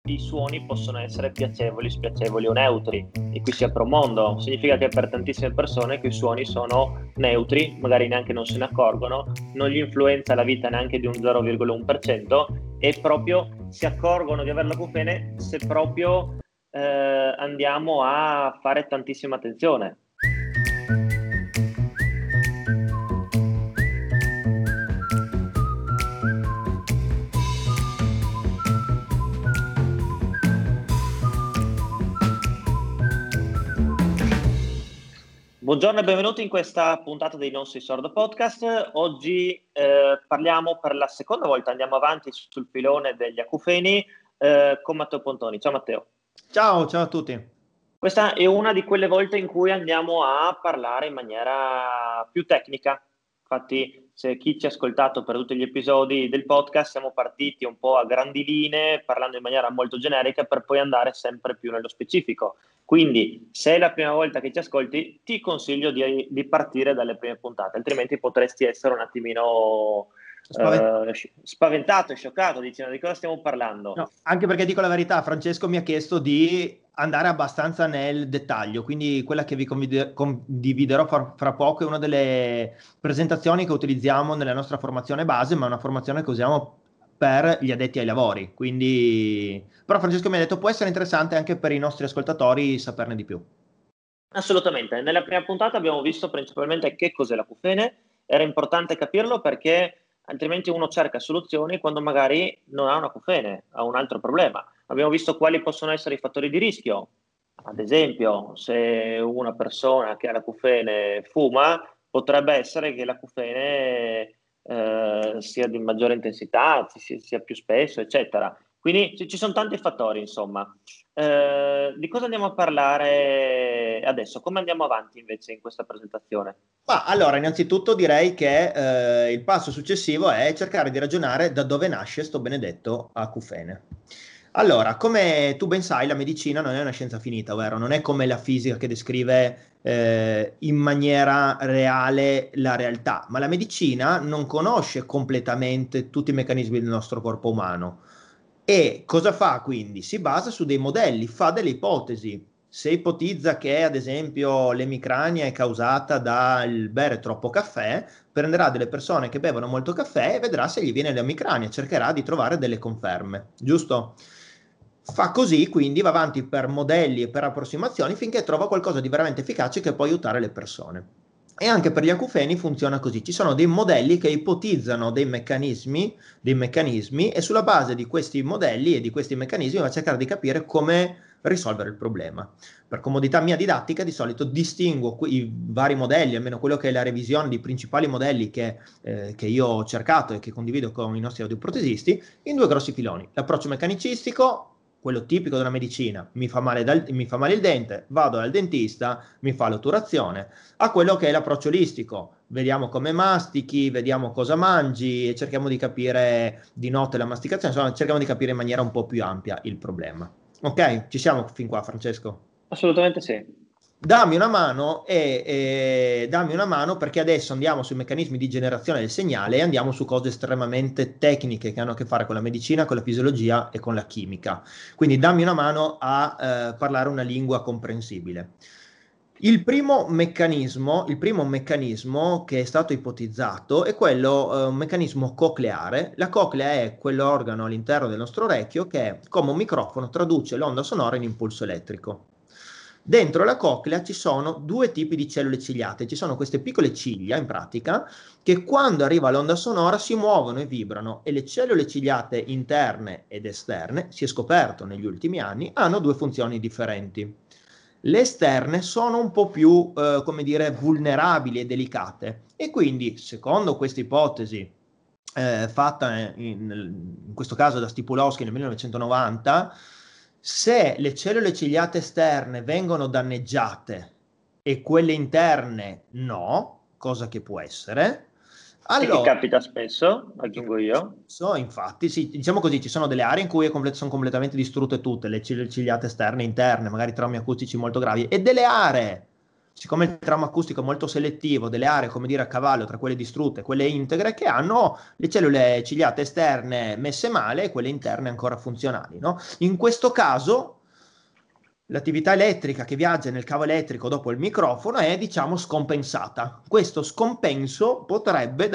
i suoni possono essere piacevoli, spiacevoli o neutri, e qui si apre un mondo. Significa che per tantissime persone quei suoni sono neutri, magari neanche non se ne accorgono, non gli influenza la vita neanche di un 0,1%, e proprio si accorgono di avere l'acufene se proprio andiamo a fare tantissima attenzione. Buongiorno e benvenuti in questa puntata dei Non Sei Sordo Podcast. Oggi parliamo per la seconda volta, andiamo avanti sul filone degli acufeni con Matteo Pontoni. Ciao Matteo. Ciao a tutti. Questa è una di quelle volte in cui andiamo a parlare in maniera più tecnica. Infatti, se chi ci ha ascoltato per tutti gli episodi del podcast, siamo partiti un po' a grandi linee, parlando in maniera molto generica, per poi andare sempre più nello specifico. Quindi, se è la prima volta che ci ascolti, ti consiglio di partire dalle prime puntate, altrimenti potresti essere un attimino spaventato e scioccato, dicendo di cosa stiamo parlando. No, anche perché dico la verità, Francesco mi ha chiesto di andare abbastanza nel dettaglio, quindi quella che vi condividerò fra poco è una delle presentazioni che utilizziamo nella nostra formazione base, ma è una formazione che usiamo per gli addetti ai lavori. Quindi, però Francesco mi ha detto può essere interessante anche per i nostri ascoltatori saperne di più. Assolutamente. Nella prima puntata abbiamo visto principalmente che cos'è l'acufene. Era importante capirlo perché altrimenti uno cerca soluzioni quando magari non ha un acufene, ha un altro problema. Abbiamo visto quali possono essere i fattori di rischio. Ad esempio, se una persona che ha l'acufene fuma, potrebbe essere che l'acufene sia di maggiore intensità, sia più spesso, eccetera. Quindi ci sono tanti fattori, insomma. Di cosa andiamo a parlare adesso? Come andiamo avanti invece in questa presentazione? Allora, innanzitutto direi che il passo successivo è cercare di ragionare da dove nasce sto benedetto acufene. Allora, come tu ben sai, la medicina non è una scienza finita, ovvero non è come la fisica che descrive in maniera reale la realtà, ma la medicina non conosce completamente tutti i meccanismi del nostro corpo umano. E cosa fa quindi? Si basa su dei modelli, fa delle ipotesi. Se ipotizza che ad esempio l'emicrania è causata dal bere troppo caffè, prenderà delle persone che bevono molto caffè e vedrà se gli viene l'emicrania, cercherà di trovare delle conferme, giusto? Fa così, quindi va avanti per modelli e per approssimazioni finché trova qualcosa di veramente efficace che può aiutare le persone. E anche per gli acufeni funziona così, ci sono dei modelli che ipotizzano dei meccanismi e sulla base di questi modelli e di questi meccanismi va a cercare di capire come risolvere il problema. Per comodità mia didattica di solito distinguo i vari modelli, almeno quello che è la revisione dei principali modelli che io ho cercato e che condivido con i nostri audioprotesisti, in due grossi filoni. L'approccio meccanicistico, quello tipico della medicina, mi fa male il dente, vado dal dentista, mi fa l'otturazione, a quello che è l'approccio olistico, vediamo come mastichi, vediamo cosa mangi e cerchiamo di capire di notte la masticazione, insomma cerchiamo di capire in maniera un po' più ampia il problema. Ok, ci siamo fin qua, Francesco? Assolutamente sì. Dammi una mano dammi una mano perché adesso andiamo sui meccanismi di generazione del segnale e andiamo su cose estremamente tecniche che hanno a che fare con la medicina, con la fisiologia e con la chimica. Quindi dammi una mano a parlare una lingua comprensibile. Il primo meccanismo che è stato ipotizzato è quello, un meccanismo cocleare. La coclea è quell'organo all'interno del nostro orecchio che, come un microfono, traduce l'onda sonora in impulso elettrico. Dentro la coclea ci sono due tipi di cellule ciliate, ci sono queste piccole ciglia in pratica che quando arriva l'onda sonora si muovono e vibrano e le cellule ciliate interne ed esterne, si è scoperto negli ultimi anni, hanno due funzioni differenti. Le esterne sono un po' più, come dire, vulnerabili e delicate e quindi, secondo questa ipotesi fatta in questo caso da Stipulowski nel 1990, se le cellule ciliate esterne vengono danneggiate e quelle interne no, cosa che può essere, E che allora, capita spesso, aggiungo io. infatti, sì, diciamo così, ci sono delle aree in cui sono completamente distrutte tutte, le ciliate esterne e interne, magari traumi acustici molto gravi, e delle aree siccome il trauma acustico è molto selettivo, delle aree, come dire, a cavallo tra quelle distrutte e quelle integre, che hanno le cellule ciliate esterne messe male e quelle interne ancora funzionali, no? In questo caso l'attività elettrica che viaggia nel cavo elettrico dopo il microfono è, diciamo, scompensata. Questo scompenso potrebbe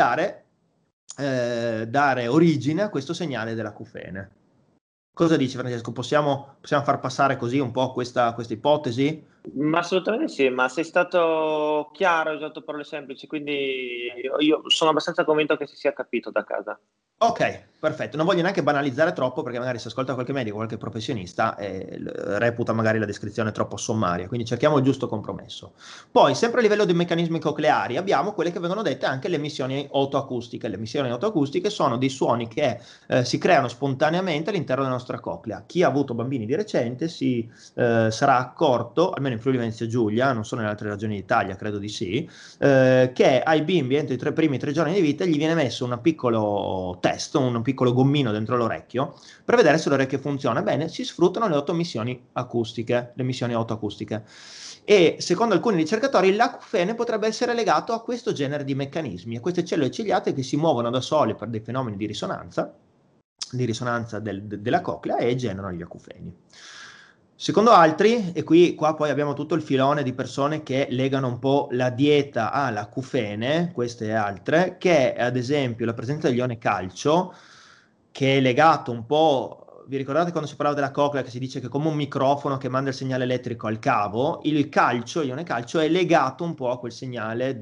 dare origine a questo segnale dell'acufene. Cosa dici, Francesco? Possiamo far passare così un po' questa ipotesi? Ma assolutamente sì, ma sei stato chiaro, hai usato parole semplici, quindi io sono abbastanza convinto che si sia capito da casa. Ok, perfetto. Non voglio neanche banalizzare troppo perché magari se ascolta qualche medico, qualche professionista, reputa magari la descrizione troppo sommaria, quindi cerchiamo il giusto compromesso. Poi, sempre a livello di meccanismi cocleari, abbiamo quelle che vengono dette anche le emissioni otoacustiche. Le emissioni otoacustiche sono dei suoni che si creano spontaneamente all'interno della nostra coclea. Chi ha avuto bambini di recente sarà accorto, almeno in Friuli Venezia Giulia, non so nelle altre regioni d'Italia, credo di sì, che ai bimbi entro i primi 3 giorni di vita gli viene messo un piccolo test, un piccolo gommino dentro l'orecchio per vedere se l'orecchio funziona bene. Si sfruttano le ottoemissioni acustiche, le emissioni autoacustiche. E secondo alcuni ricercatori l'acufene potrebbe essere legato a questo genere di meccanismi, a queste cellule ciliate che si muovono da sole per dei fenomeni di risonanza della coclea e generano gli acufeni. Secondo altri, e qua poi abbiamo tutto il filone di persone che legano un po' la dieta all'acufene, queste e altre, che è ad esempio la presenza dell'ione calcio, che è legato un po', vi ricordate quando si parlava della coclea che si dice che è come un microfono che manda il segnale elettrico al cavo, il calcio, l'ione calcio è legato un po' a quel segnale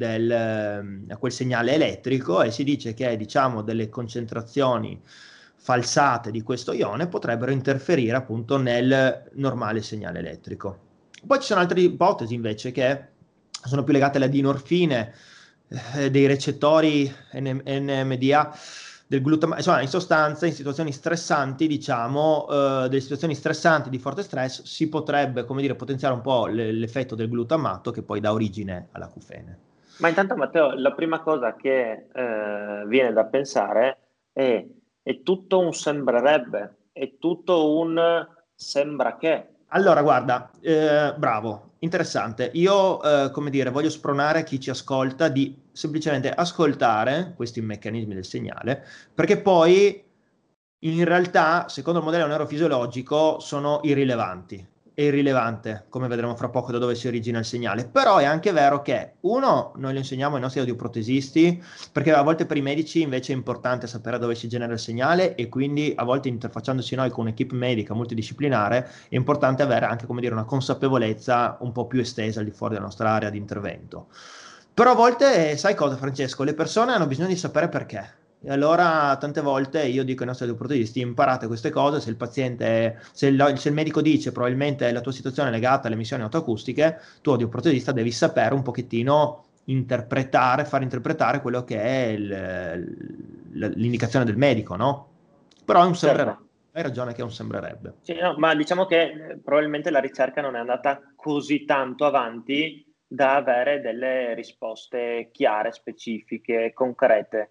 elettrico e si dice che diciamo delle concentrazioni falsate di questo ione potrebbero interferire appunto nel normale segnale elettrico. Poi ci sono altre ipotesi invece che sono più legate alle dinorfine, dei recettori NMDA del glutamato, insomma, in sostanza in situazioni stressanti, diciamo, delle situazioni stressanti di forte stress si potrebbe, come dire, potenziare un po' l'effetto del glutamato che poi dà origine all'acufene. Ma intanto, Matteo, la prima cosa che viene da pensare è tutto un sembrerebbe, è tutto un sembra che. Allora, guarda, bravo, interessante. Io, come dire, voglio spronare chi ci ascolta di semplicemente ascoltare questi meccanismi del segnale, perché poi in realtà, secondo il modello neurofisiologico, sono irrilevanti. È irrilevante, come vedremo fra poco, da dove si origina il segnale. Però è anche vero che, uno, noi lo insegniamo ai nostri audioprotesisti, perché a volte per i medici invece è importante sapere dove si genera il segnale e quindi a volte interfacciandosi noi con un'equipe medica multidisciplinare è importante avere anche, come dire, una consapevolezza un po' più estesa al di fuori della nostra area di intervento. Però a volte, sai cosa, Francesco? Le persone hanno bisogno di sapere perché. E allora tante volte io dico ai nostri audioprotezisti: imparate queste cose, se il paziente, se il medico dice probabilmente la tua situazione è legata alle emissioni autoacustiche, tu audioprotesista devi sapere un pochettino interpretare, far interpretare quello che è l'indicazione del medico, no? Però è un sembrerebbe, Certo. hai ragione che è un sembrerebbe. Sì, no, ma diciamo che probabilmente la ricerca non è andata così tanto avanti da avere delle risposte chiare, specifiche, concrete.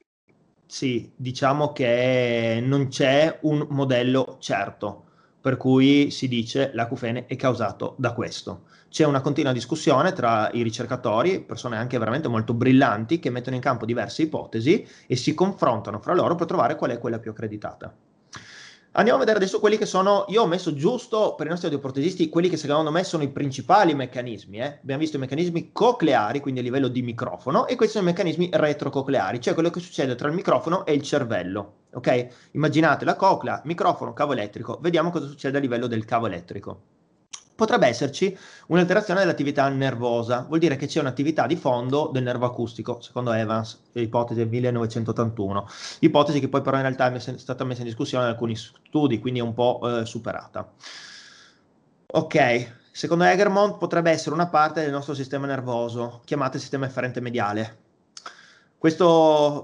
Sì, diciamo che non c'è un modello certo, per cui si dice l'acufene è causato da questo. C'è una continua discussione tra i ricercatori, persone anche veramente molto brillanti, che mettono in campo diverse ipotesi e si confrontano fra loro per trovare qual è quella più accreditata. Andiamo a vedere adesso quelli che sono, io ho messo giusto per i nostri audioprotesisti, quelli che secondo me sono i principali meccanismi. Abbiamo visto i meccanismi cocleari, quindi a livello di microfono, e questi sono i meccanismi retrococleari, cioè quello che succede tra il microfono e il cervello. Ok? Immaginate la coclea, microfono, cavo elettrico, vediamo cosa succede a livello del cavo elettrico. Potrebbe esserci un'alterazione dell'attività nervosa, vuol dire che c'è un'attività di fondo del nervo acustico, secondo Evans, ipotesi del 1981, ipotesi che poi però in realtà è stata messa in discussione da alcuni studi, quindi è un po' superata. Ok, secondo Egermont potrebbe essere una parte del nostro sistema nervoso, chiamato sistema efferente mediale. Questo,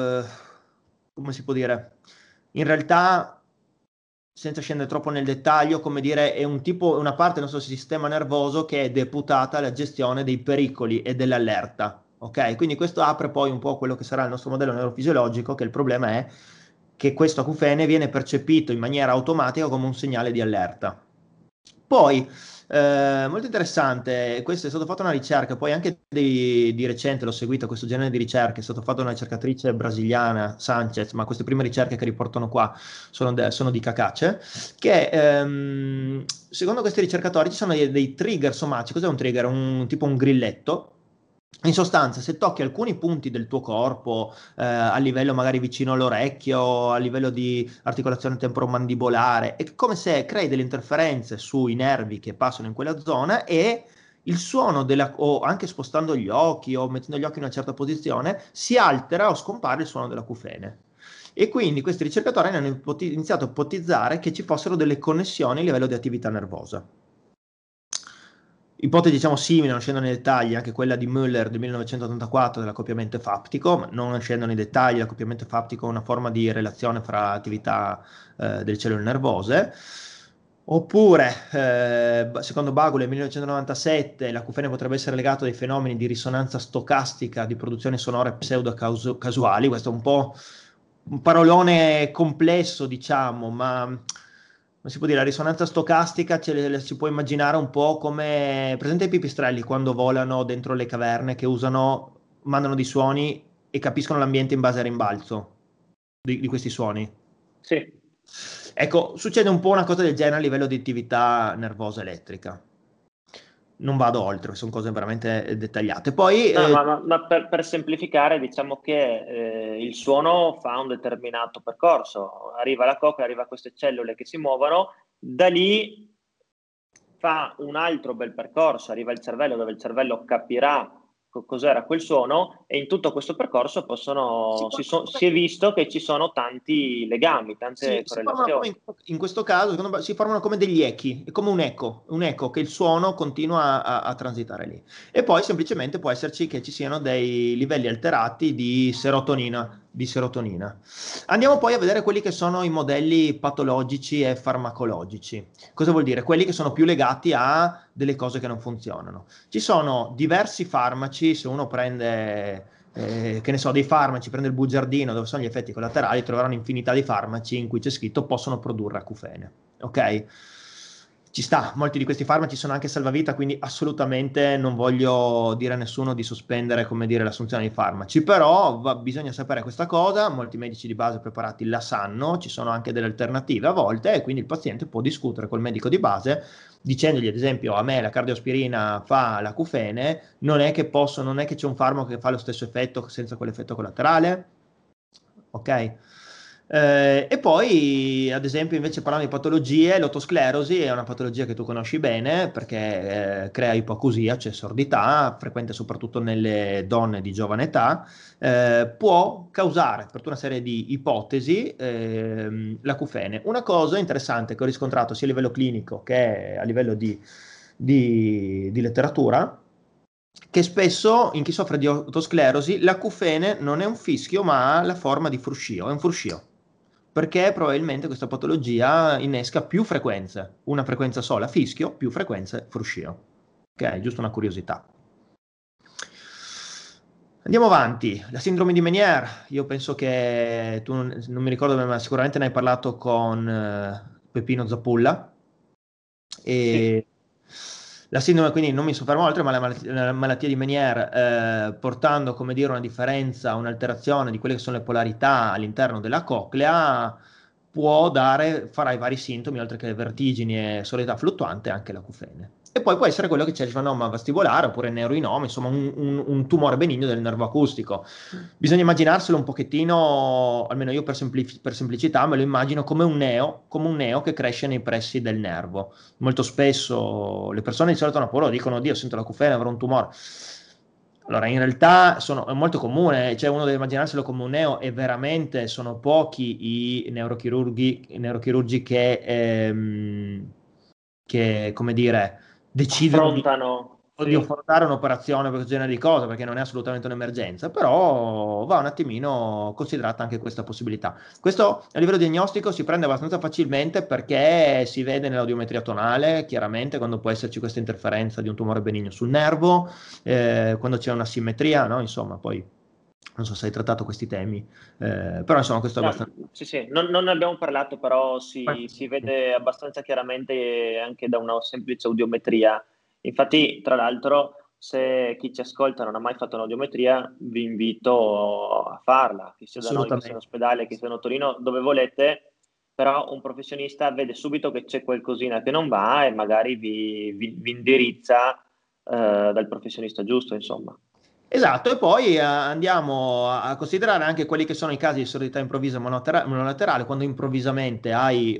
come si può dire? In realtà, senza scendere troppo nel dettaglio, come dire, è una parte del nostro sistema nervoso che è deputata alla gestione dei pericoli e dell'allerta. Ok? Quindi questo apre poi un po' quello che sarà il nostro modello neurofisiologico, che il problema è che questo acufene viene percepito in maniera automatica come un segnale di allerta. Poi, molto interessante, questa è stata fatta una ricerca, poi anche di recente l'ho seguita, questo genere di ricerche, è stata fatta una ricercatrice brasiliana, Sanchez, ma queste prime ricerche che riportano qua sono di Cacace, che secondo questi ricercatori ci sono dei trigger somatici. Cos'è un trigger? Tipo un grilletto. In sostanza, se tocchi alcuni punti del tuo corpo, a livello magari vicino all'orecchio, a livello di articolazione temporomandibolare, è come se crei delle interferenze sui nervi che passano in quella zona e il suono o anche spostando gli occhi o mettendo gli occhi in una certa posizione, si altera o scompare il suono dell'acufene. E quindi questi ricercatori hanno iniziato a ipotizzare che ci fossero delle connessioni a livello di attività nervosa. Ipotesi diciamo simili, non scendo nei dettagli, anche quella di Müller del 1984 dell'accoppiamento efaptico, ma non scendo nei dettagli, l'accoppiamento efaptico è una forma di relazione fra attività delle cellule nervose. Oppure, secondo Bagule nel 1997, l'acufene potrebbe essere legato ai fenomeni di risonanza stocastica di produzioni sonore pseudo-casuali. Questo è un po' un parolone complesso, diciamo, ma non si può dire, la risonanza stocastica si può immaginare un po' come, presente i pipistrelli quando volano dentro le caverne che mandano dei suoni e capiscono l'ambiente in base al rimbalzo di questi suoni. Sì. Ecco, succede un po' una cosa del genere a livello di attività nervosa elettrica. Non vado oltre, sono cose veramente dettagliate. Poi, No, ma per semplificare, diciamo che il suono fa un determinato percorso, arriva alla coclea, arriva a queste cellule che si muovono, da lì fa un altro bel percorso, arriva al cervello dove il cervello capirà cos'era quel suono e in tutto questo percorso si è visto che ci sono tanti legami, tante si formano come correlazioni. in questo caso, secondo me, si formano come degli echi, è come un eco che il suono continua a transitare lì. E poi semplicemente può esserci che ci siano dei livelli alterati di serotonina. Andiamo poi a vedere quelli che sono i modelli patologici e farmacologici. Cosa vuol dire? Quelli che sono più legati a delle cose che non funzionano. Ci sono diversi farmaci, se uno prende che ne so, dei farmaci, prende il bugiardino dove sono gli effetti collaterali, troveranno infinità di farmaci in cui c'è scritto possono produrre acufene, ok? Ci sta, molti di questi farmaci sono anche salvavita, quindi assolutamente non voglio dire a nessuno di sospendere, come dire, l'assunzione di farmaci, però bisogna sapere questa cosa, molti medici di base preparati la sanno, ci sono anche delle alternative a volte e quindi il paziente può discutere col medico di base dicendogli ad esempio a me la cardioaspirina fa l'acufene, non è che c'è un farmaco che fa lo stesso effetto senza quell'effetto collaterale, ok? E poi, ad esempio, invece parlando di patologie, l'otosclerosi è una patologia che tu conosci bene perché crea ipoacusia, cioè sordità, frequente soprattutto nelle donne di giovane età, può causare, per tutta una serie di ipotesi, l'acufene. Una cosa interessante che ho riscontrato sia a livello clinico che a livello di letteratura, che spesso in chi soffre di otosclerosi l'acufene non è un fischio ma ha la forma di fruscio, è un fruscio, perché probabilmente questa patologia innesca più frequenze, una frequenza sola fischio, più frequenze fruscio, che è giusto una curiosità. Andiamo avanti, la sindrome di Meniere, io penso che tu non mi ricordo, ma sicuramente ne hai parlato con Peppino Zappulla. Sì. E la sindrome, quindi non mi soffermo oltre, ma la malattia di Meniere, portando, come dire, una differenza, un'alterazione di quelle che sono le polarità all'interno della coclea, farà i vari sintomi, oltre che vertigini e solidità fluttuante, anche l'acufene. E poi può essere quello che c'è il cianoma vestibolare oppure il neuroinoma, insomma un tumore benigno del nervo acustico. Bisogna immaginarselo un pochettino, almeno io per semplicità me lo immagino come un neo che cresce nei pressi del nervo. Molto spesso le persone di solito hanno paura, dicono: Dio, sento l'acufene, avrò un tumore. Allora, in realtà è molto comune, cioè uno deve immaginarselo come un neo e veramente sono pochi i neurochirurgi che, come dire, decidono Affrontano, di sì. affrontare un'operazione per questo genere di cose, perché non è assolutamente un'emergenza, però va un attimino considerata anche questa possibilità. Questo a livello diagnostico si prende abbastanza facilmente perché si vede nell'audiometria tonale, chiaramente, quando può esserci questa interferenza di un tumore benigno sul nervo, quando c'è una simmetria, no? Insomma, poi Non so se hai trattato questi temi, però insomma questo è No, abbastanza... sì, non ne abbiamo parlato, però si vede abbastanza chiaramente anche da una semplice audiometria. Infatti, tra l'altro, se chi ci ascolta non ha mai fatto un'audiometria, vi invito a farla, che sia da noi, che sia in Assolutamente. ospedale, che sia a Torino, dove volete, però un professionista vede subito che c'è qualcosina che non va e magari vi indirizza dal professionista giusto, insomma. Esatto, e poi andiamo a considerare anche quelli che sono i casi di sordità improvvisa monolaterale, quando improvvisamente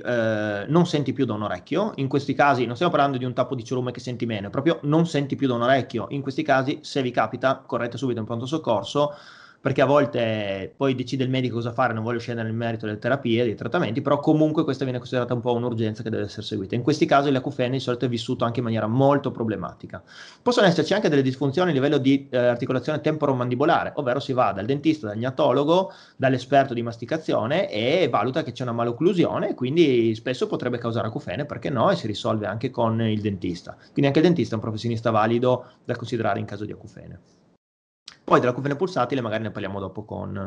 non senti più da un orecchio. In questi casi non stiamo parlando di un tappo di cerume che senti meno, proprio non senti più da un orecchio. In questi casi, se vi capita, correte subito in pronto soccorso, perché a volte poi decide il medico cosa fare, non voglio scendere nel merito delle terapie, dei trattamenti, però comunque questa viene considerata un po' un'urgenza che deve essere seguita. In questi casi l'acufene di solito è vissuto anche in maniera molto problematica. Possono esserci anche delle disfunzioni a livello di articolazione temporomandibolare, ovvero si va dal dentista, dal gnatologo, dall'esperto di masticazione e valuta che c'è una malocclusione, quindi spesso potrebbe causare acufene, perché no, e si risolve anche con il dentista. Quindi anche il dentista è un professionista valido da considerare in caso di acufene. Poi dell'acufene pulsatile magari ne parliamo dopo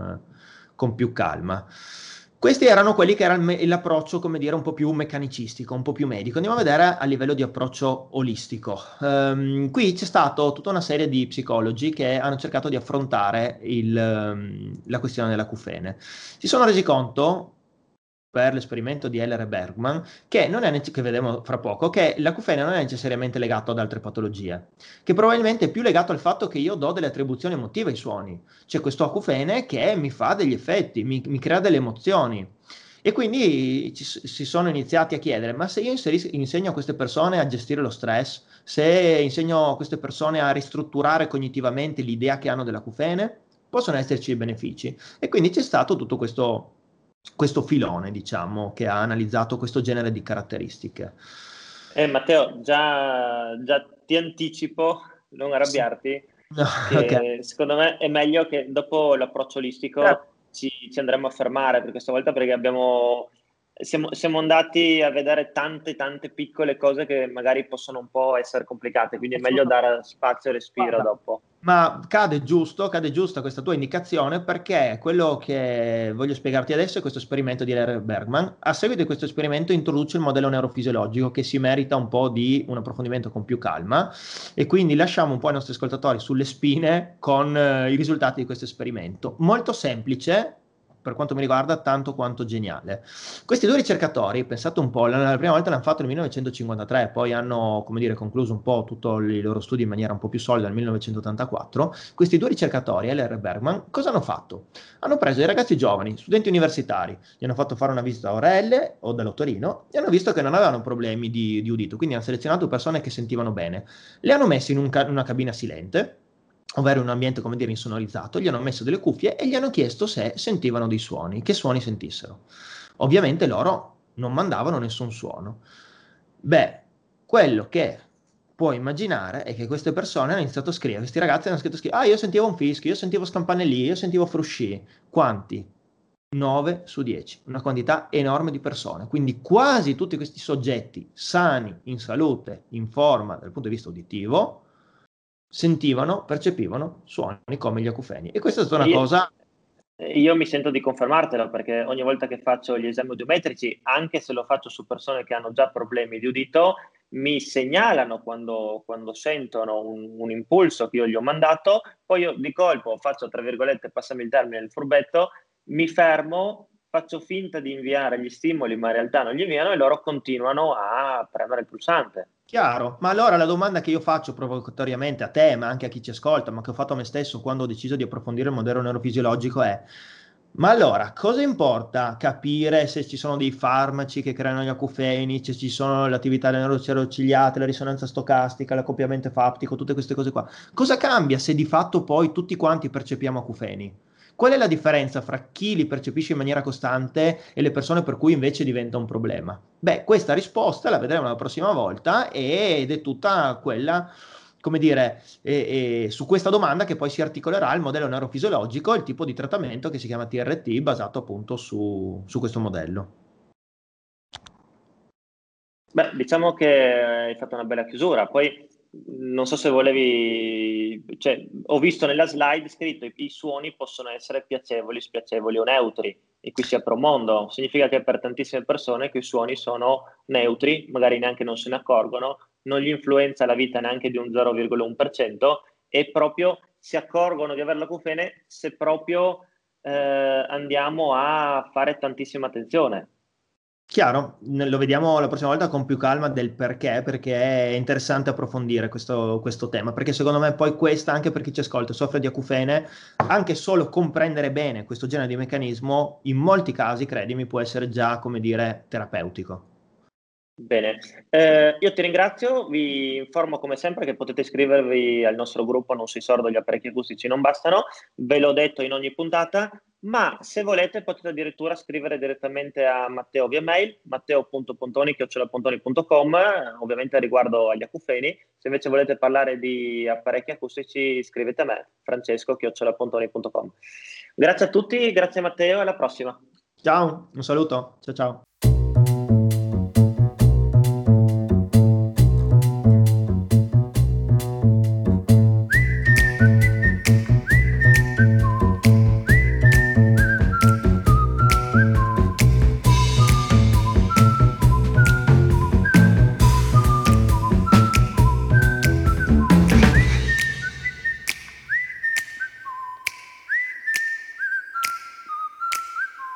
con più calma. Questi erano quelli che era l'approccio, come dire, un po' più meccanicistico, un po' più medico. Andiamo a vedere a livello di approccio olistico. Qui c'è stata tutta una serie di psicologi che hanno cercato di affrontare la questione dell'acufene. Si sono resi conto, per l'esperimento di Heller e Bergman, che non è che vedremo fra poco, che l'acufene non è necessariamente legato ad altre patologie, che probabilmente è più legato al fatto che io do delle attribuzioni emotive ai suoni. C'è questo acufene che mi fa degli effetti, mi crea delle emozioni. E quindi si sono iniziati a chiedere, ma se io insegno a queste persone a gestire lo stress, se insegno a queste persone a ristrutturare cognitivamente l'idea che hanno dell'acufene, possono esserci benefici. E quindi c'è stato tutto questo filone, diciamo, che ha analizzato questo genere di caratteristiche. Matteo, già ti anticipo, non Sì. arrabbiarti, No, ok. che secondo me è meglio che dopo l'approccio olistico ci andremo a fermare per questa volta perché siamo andati a vedere tante piccole cose che magari possono un po' essere complicate, quindi è meglio Assolutamente. dare spazio e respiro Guarda, dopo. ma cade giusta questa tua indicazione, perché quello che voglio spiegarti adesso è questo esperimento di Larry Bergman. A seguito di questo esperimento introduce il modello neurofisiologico, che si merita un po' di un approfondimento con più calma, e quindi lasciamo un po' ai nostri ascoltatori sulle spine con i risultati di questo esperimento. Molto semplice, per quanto mi riguarda, tanto quanto geniale. Questi due ricercatori, pensate un po', la prima volta l'hanno fatto nel 1953, poi hanno, come dire, concluso un po' tutti i loro studi in maniera un po' più solida nel 1984. Questi due ricercatori, Heller e Bergman, cosa hanno fatto? Hanno preso dei ragazzi giovani, studenti universitari, gli hanno fatto fare una visita a Orelle o dall'Otorino e hanno visto che non avevano problemi di udito, quindi hanno selezionato persone che sentivano bene. Le hanno messi in una cabina silente, ovvero in un ambiente, come dire, insonorizzato, gli hanno messo delle cuffie e gli hanno chiesto se sentivano dei suoni, che suoni sentissero. Ovviamente loro non mandavano nessun suono. Beh, quello che puoi immaginare è che queste persone hanno iniziato a scrivere, questi ragazzi hanno scritto, ah, io sentivo un fischio, io sentivo scampanellii, io sentivo frusci. Quanti? 9 su 10, una quantità enorme di persone. Quindi quasi tutti questi soggetti sani, in salute, in forma dal punto di vista uditivo, sentivano, percepivano suoni come gli acufeni. E questa è stata una Io, cosa... io mi sento di confermartelo perché ogni volta che faccio gli esami audiometrici, anche se lo faccio su persone che hanno già problemi di udito, mi segnalano quando sentono un impulso che io gli ho mandato, poi io di colpo faccio, tra virgolette, passami il termine, il furbetto, mi fermo, faccio finta di inviare gli stimoli, ma in realtà non li inviano e loro continuano a premere il pulsante. Chiaro, ma allora la domanda che io faccio provocatoriamente a te, ma anche a chi ci ascolta, ma che ho fatto a me stesso quando ho deciso di approfondire il modello neurofisiologico è: ma allora cosa importa capire se ci sono dei farmaci che creano gli acufeni, se ci sono l'attività delle neurocelle ciliate, la risonanza stocastica, l'accoppiamento faptico, tutte queste cose qua? Cosa cambia se di fatto poi tutti quanti percepiamo acufeni? Qual è la differenza fra chi li percepisce in maniera costante e le persone per cui invece diventa un problema? Beh, questa risposta la vedremo la prossima volta ed è tutta quella, come dire, su questa domanda che poi si articolerà il modello neurofisiologico, il tipo di trattamento che si chiama TRT, basato appunto su questo modello. Beh, diciamo che hai fatto una bella chiusura. Poi non so se volevi, cioè, ho visto nella slide scritto i suoni possono essere piacevoli, spiacevoli o neutri, e qui si apre un mondo. Significa che per tantissime persone quei suoni sono neutri, magari neanche non se ne accorgono, non gli influenza la vita neanche di un 0,1%, e proprio si accorgono di avere l'acufene se proprio andiamo a fare tantissima attenzione. Chiaro, lo vediamo la prossima volta con più calma del perché è interessante approfondire questo tema, perché secondo me poi questa, anche per chi ci ascolta, soffre di acufene, anche solo comprendere bene questo genere di meccanismo, in molti casi, credimi, può essere già, come dire, terapeutico. Bene, io ti ringrazio, vi informo come sempre che potete iscrivervi al nostro gruppo Non sei sordo, gli apparecchi acustici non bastano, ve l'ho detto in ogni puntata, ma se volete potete addirittura scrivere direttamente a Matteo via mail, matteo.pontoni@pontoni.com, ovviamente riguardo agli acufeni. Se invece volete parlare di apparecchi acustici scrivete a me, francesco@pontoni.com. Grazie a tutti, grazie Matteo e alla prossima. Ciao, un saluto, ciao ciao.